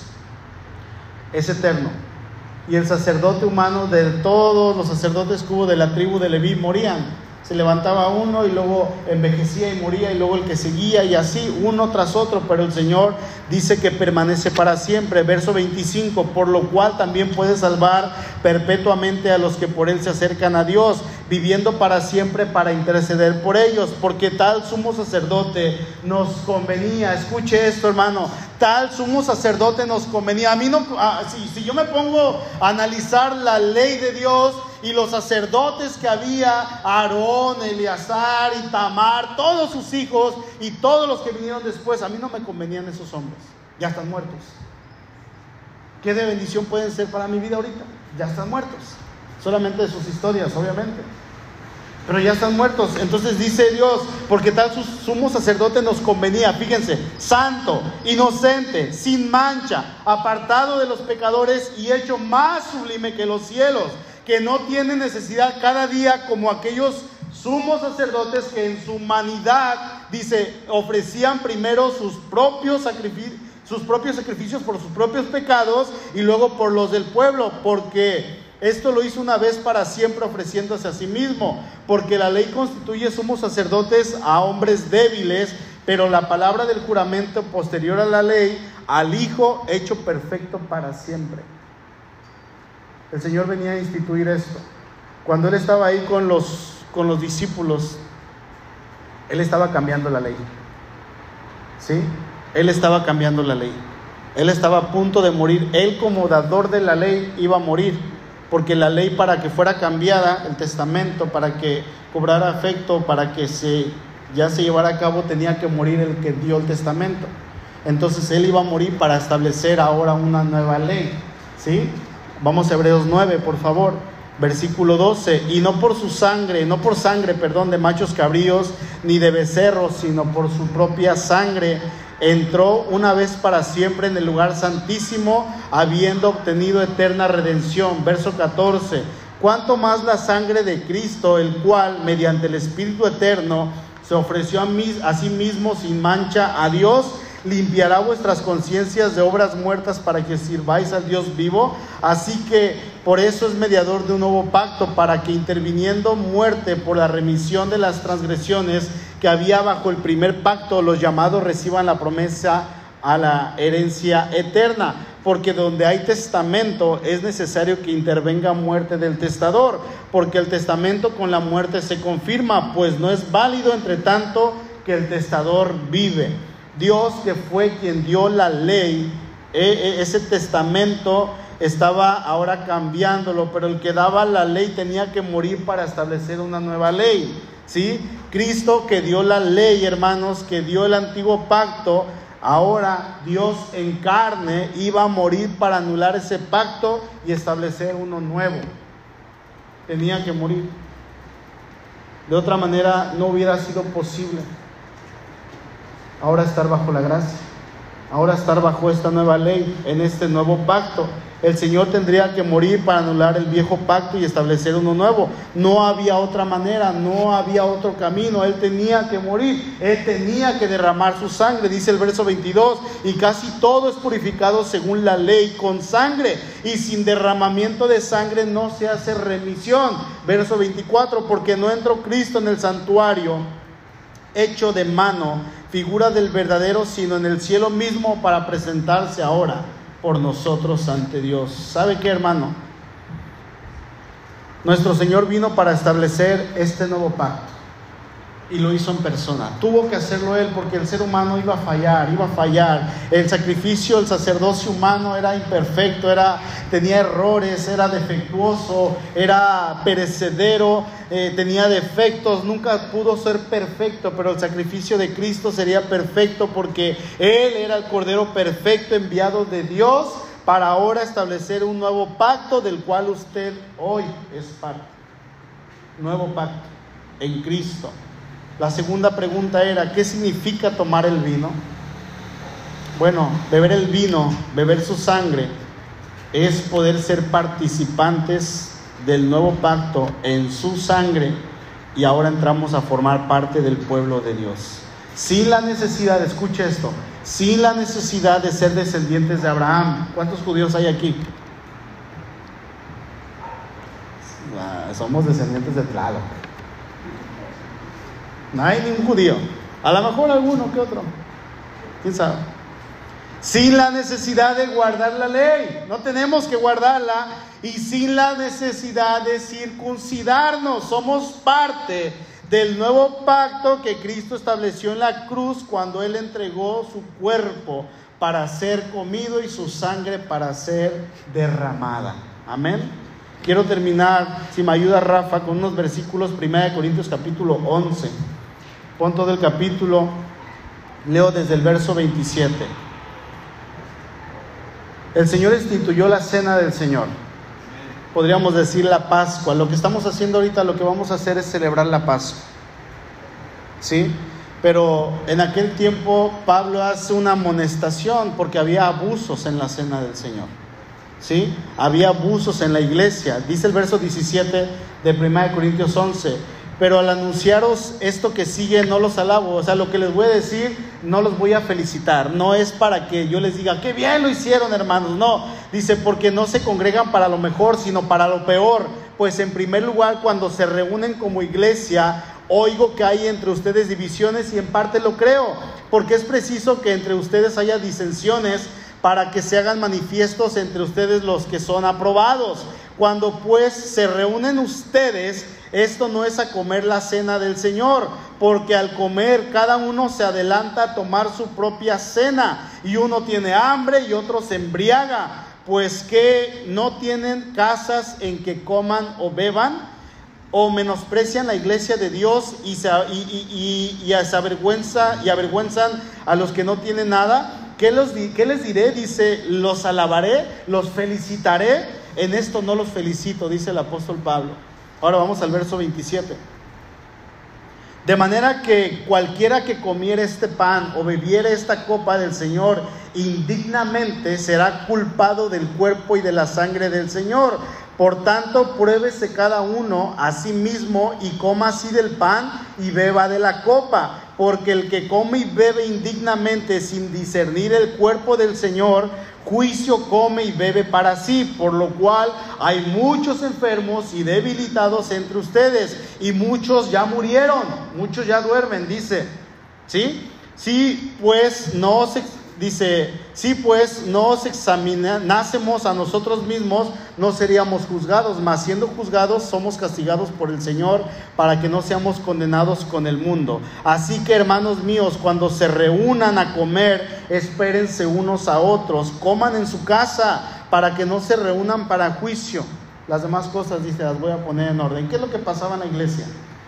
es eterno. Y el sacerdote humano, de todos los sacerdotes que hubo de la tribu de Leví, morían. Se levantaba uno y luego envejecía y moría, y luego el que seguía, y así uno tras otro. Pero el Señor dice que permanece para siempre. Verso veinticinco: por lo cual también puede salvar perpetuamente a los que por él se acercan a Dios, viviendo para siempre para interceder por ellos. Porque tal sumo sacerdote nos convenía. Escuche esto, hermano: tal sumo sacerdote nos convenía. A mí no, ah, si, si yo me pongo a analizar la ley de Dios y los sacerdotes que había, Aarón, Eleazar y Tamar, todos sus hijos y todos los que vinieron después, a mí no me convenían esos hombres. Ya están muertos. ¿Qué de bendición pueden ser para mi vida ahorita? Ya están muertos. Solamente de sus historias, obviamente. Pero ya están muertos. Entonces dice Dios: porque tal su sumo sacerdote nos convenía, fíjense, santo, inocente, sin mancha, apartado de los pecadores y hecho más sublime que los cielos, que no tiene necesidad cada día como aquellos sumos sacerdotes que en su humanidad, dice, ofrecían primero sus propios sacrificios, sus propios sacrificios por sus propios pecados y luego por los del pueblo, porque esto lo hizo una vez para siempre, ofreciéndose a sí mismo. Porque la ley constituye sumos sacerdotes a hombres débiles, pero la palabra del juramento posterior a la ley, al Hijo hecho perfecto para siempre. El Señor venía a instituir esto. Cuando Él estaba ahí con los, con los discípulos, Él estaba cambiando la ley. ¿Sí? Él estaba cambiando la ley. Él estaba a punto de morir. Él, como dador de la ley, iba a morir. Porque la ley, para que fuera cambiada, el testamento, para que cobrara efecto, para que se, ya se llevara a cabo, tenía que morir el que dio el testamento. Entonces Él iba a morir para establecer ahora una nueva ley. ¿Sí? Vamos a Hebreos nueve, por favor. Versículo doce, y no por su sangre, no por sangre, perdón, de machos cabríos, ni de becerros, sino por su propia sangre, entró una vez para siempre en el lugar santísimo, habiendo obtenido eterna redención. Verso catorce, cuánto más la sangre de Cristo, el cual, mediante el Espíritu eterno, se ofreció a, mí, a sí mismo sin mancha a Dios, limpiará vuestras conciencias de obras muertas para que sirváis al Dios vivo. Así que por eso es mediador de un nuevo pacto, para que interviniendo muerte por la remisión de las transgresiones que había bajo el primer pacto, los llamados reciban la promesa a la herencia eterna. Porque donde hay testamento es necesario que intervenga muerte del testador, porque el testamento con la muerte se confirma, pues no es válido entre tanto que el testador vive. Dios, que fue quien dio la ley, ese testamento estaba ahora cambiándolo, pero el que daba la ley tenía que morir para establecer una nueva ley, ¿sí? Cristo, que dio la ley, hermanos, que dio el antiguo pacto, ahora Dios en carne iba a morir para anular ese pacto y establecer uno nuevo. Tenía que morir. De otra manera no hubiera sido posible ahora estar bajo la gracia, ahora estar bajo esta nueva ley, en este nuevo pacto. El Señor tendría que morir para anular el viejo pacto y establecer uno nuevo. No había otra manera, no había otro camino. Él tenía que morir, Él tenía que derramar su sangre. Dice el verso veintidós, y casi todo es purificado según la ley con sangre, y sin derramamiento de sangre no se hace remisión. Verso veinticuatro, porque no entró Cristo en el santuario hecho de mano, figura del verdadero, sino en el cielo mismo, para presentarse ahora por nosotros ante Dios. ¿Sabe qué, hermano? Nuestro Señor vino para establecer este nuevo pacto, y lo hizo en persona. Tuvo que hacerlo Él, porque el ser humano iba a fallar, iba a fallar. El sacrificio, el sacerdocio humano era imperfecto, era, tenía errores, era defectuoso, era perecedero, eh, tenía defectos, nunca pudo ser perfecto, pero el sacrificio de Cristo sería perfecto, porque Él era el Cordero perfecto enviado de Dios para ahora establecer un nuevo pacto, del cual usted hoy es parte. Nuevo pacto en Cristo. La segunda pregunta era, ¿qué significa tomar el vino? Bueno, beber el vino, beber su sangre, es poder ser participantes del nuevo pacto en su sangre, y ahora entramos a formar parte del pueblo de Dios. Sin la necesidad, escuche esto, sin la necesidad de ser descendientes de Abraham. ¿Cuántos judíos hay aquí? Ah, somos descendientes de Tlaloc. No hay ningún judío, a lo mejor alguno que otro, quién sabe. Sin la necesidad de guardar la ley, no tenemos que guardarla, y sin la necesidad de circuncidarnos. Somos parte del nuevo pacto que Cristo estableció en la cruz, cuando Él entregó su cuerpo para ser comido y su sangre para ser derramada. Amén. Quiero terminar, si me ayuda Rafa, con unos versículos. Primera de Corintios capítulo once. Pon todo el capítulo, leo desde el verso veintisiete. El Señor instituyó la cena del Señor, podríamos decir la Pascua. Lo que estamos haciendo ahorita, lo que vamos a hacer es celebrar la Pascua, ¿sí? Pero en aquel tiempo Pablo hace una amonestación, porque había abusos en la cena del Señor, ¿sí? Había abusos en la iglesia. Dice el verso diecisiete de Primera de Corintios once, pero al anunciaros esto que sigue no los alabo. O sea, lo que les voy a decir no los voy a felicitar, no es para que yo les diga qué bien lo hicieron, hermanos, no. Dice, porque no se congregan para lo mejor, sino para lo peor. Pues en primer lugar, cuando se reúnen como iglesia, oigo que hay entre ustedes divisiones, y en parte lo creo, porque es preciso que entre ustedes haya disensiones, para que se hagan manifiestos entre ustedes los que son aprobados. Cuando pues se reúnen ustedes, esto no es a comer la cena del Señor, porque al comer cada uno se adelanta a tomar su propia cena, y uno tiene hambre y otro se embriaga. Pues que no tienen casas en que coman o beban, o menosprecian la iglesia de Dios y se, y, y, y, y se avergüenza, y avergüenzan a los que no tienen nada. ¿Qué, los, ¿Qué les diré? Dice, los alabaré, los felicitaré. en esto no los felicito, dice el apóstol Pablo. Ahora vamos al verso veintisiete. De manera que cualquiera que comiere este pan o bebiere esta copa del Señor indignamente será culpado del cuerpo y de la sangre del Señor. Por tanto, pruébese cada uno a sí mismo y coma así del pan y beba de la copa. Porque el que come y bebe indignamente sin discernir el cuerpo del Señor, juicio come y bebe para sí, por lo cual hay muchos enfermos y debilitados entre ustedes, y muchos ya murieron, muchos ya duermen, dice, ¿sí? Sí, pues no se, dice, si pues nos examinásemos a nosotros mismos, no seríamos juzgados, mas siendo juzgados somos castigados por el Señor, para que no seamos condenados con el mundo. Así que, hermanos míos, cuando se reúnan a comer, espérense unos a otros, coman en su casa, para que no se reúnan para juicio. Las demás cosas, dice, las voy a poner en orden. ¿Qué es lo que pasaba en la iglesia?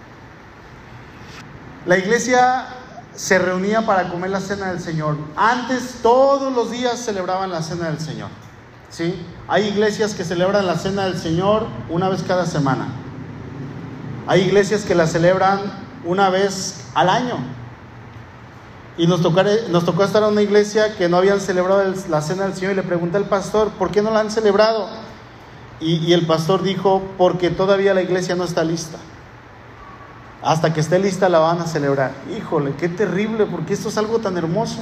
La iglesia se reunía para comer la cena del Señor. Antes, todos los días celebraban la cena del Señor, ¿sí? Hay iglesias que celebran la cena del Señor una vez cada semana. Hay iglesias que la celebran una vez al año. Y nos tocó, nos tocó estar en una iglesia que no habían celebrado el, la cena del Señor, y le pregunté al pastor, ¿por qué no la han celebrado? Y, y el pastor dijo, porque todavía la iglesia no está lista. Hasta que esté lista la van a celebrar. Híjole, qué terrible, porque esto es algo tan hermoso.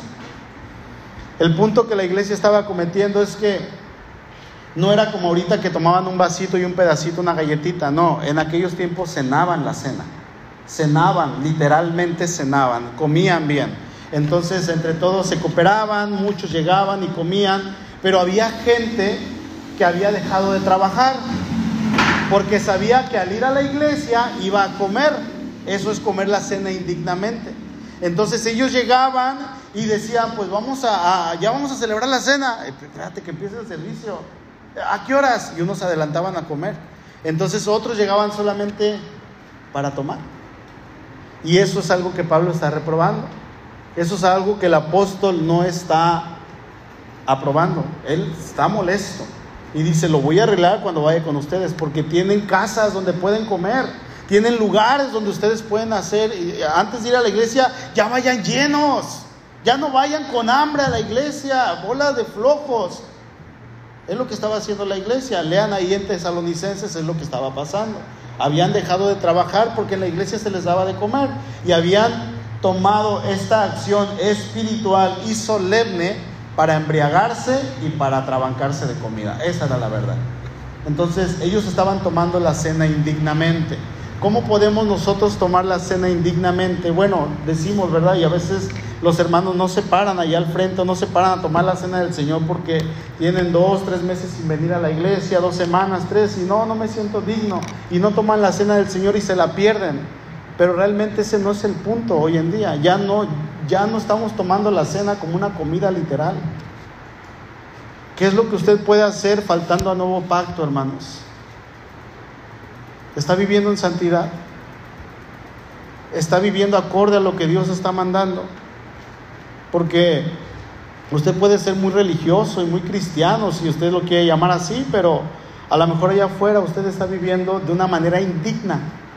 El punto que la iglesia estaba cometiendo es que no era como ahorita que tomaban un vasito y un pedacito, una galletita. No, en aquellos tiempos cenaban la cena. Cenaban, literalmente cenaban, comían bien. Entonces entre todos se cooperaban, muchos llegaban y comían, pero había gente que había dejado de trabajar, porque sabía que al ir a la iglesia iba a comer. Eso es comer la cena indignamente. Entonces ellos llegaban y decían, pues vamos a, a ya vamos a celebrar la cena. Espérate que empiece el servicio. ¿A qué horas? Y unos se adelantaban a comer. Entonces otros llegaban solamente para tomar. Y eso es algo que Pablo está reprobando. Eso es algo que el apóstol no está aprobando. Él está molesto y dice, lo voy a arreglar cuando vaya con ustedes, porque tienen casas donde pueden comer. Tienen lugares donde ustedes pueden hacer, antes de ir a la iglesia, ya vayan llenos. Ya no vayan con hambre a la iglesia, bola de flojos. Es lo que estaba haciendo la iglesia. Lean ahí en Tesalonicenses, es lo que estaba pasando. Habían dejado de trabajar porque en la iglesia se les daba de comer. Y habían tomado esta acción espiritual y solemne para embriagarse y para atrabancarse de comida. Esa era la verdad. Entonces ellos estaban tomando la cena indignamente. ¿Cómo podemos nosotros tomar la cena indignamente? Bueno, decimos, ¿verdad? Y a veces los hermanos no se paran allá al frente, no se paran a tomar la cena del Señor porque tienen dos, tres meses sin venir a la iglesia, dos semanas, tres, y no, no me siento digno, y no toman la cena del Señor y se la pierden. Pero realmente ese no es el punto hoy en día. Ya no, ya no estamos tomando la cena como una comida literal. ¿Qué es lo que usted puede hacer faltando al nuevo pacto, hermanos? ¿Está viviendo en santidad? ¿Está viviendo acorde a lo que Dios está mandando? Porque usted puede ser muy religioso y muy cristiano, si usted lo quiere llamar así, pero a lo mejor allá afuera usted está viviendo de una manera indigna,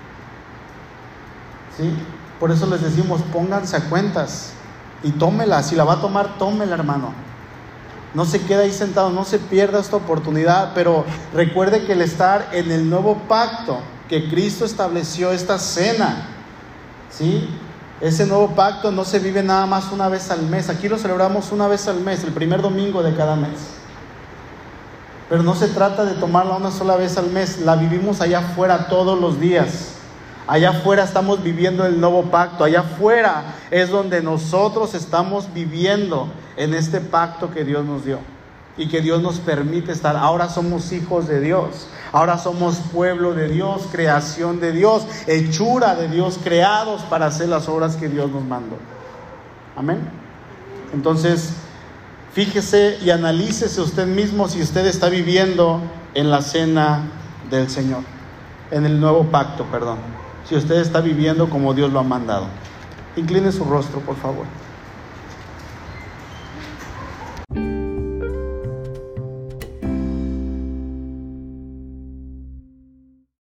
¿sí? Por eso les decimos, pónganse a cuentas y tómela. Si la va a tomar, tómela, hermano. No se quede ahí sentado, no se pierda esta oportunidad, pero recuerde que el estar en el nuevo pacto que Cristo estableció, esta cena, ¿sí? Ese nuevo pacto no se vive nada más una vez al mes. Aquí lo celebramos una vez al mes, el primer domingo de cada mes. Pero no se trata de tomarla una sola vez al mes, la vivimos allá afuera todos los días. Allá afuera estamos viviendo el nuevo pacto, allá afuera es donde nosotros estamos viviendo en este pacto que Dios nos dio y que Dios nos permite estar. Ahora somos hijos de Dios, ahora somos pueblo de Dios, creación de Dios, hechura de Dios, creados para hacer las obras que Dios nos mandó. Amén. Entonces, fíjese y analícese usted mismo si usted está viviendo en la cena del Señor, en el nuevo pacto, perdón. Si usted está viviendo como Dios lo ha mandado. Incline su rostro, por favor.